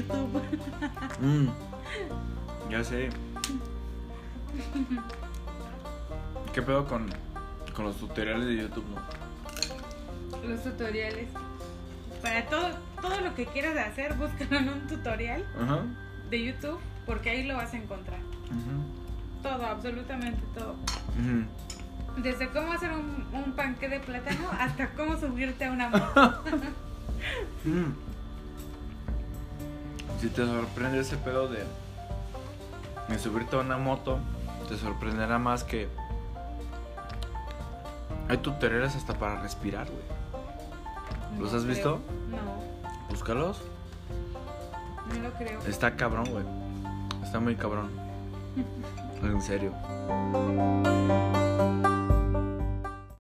YouTube. Ya sé. ¿Qué pedo con los tutoriales de YouTube, no? Los tutoriales. Para todo lo que quieras hacer, búscalo en un tutorial Ajá. de YouTube, porque ahí lo vas a encontrar. Todo, absolutamente todo. Desde cómo hacer un panqué de plátano hasta cómo subirte a una moto. Si te sorprende ese pedo de subirte a una moto, te sorprenderá más que hay tutoriales hasta para respirar, güey. ¿Los has visto? No. Búscalos. No lo creo. Está cabrón, güey. Está muy cabrón. En serio.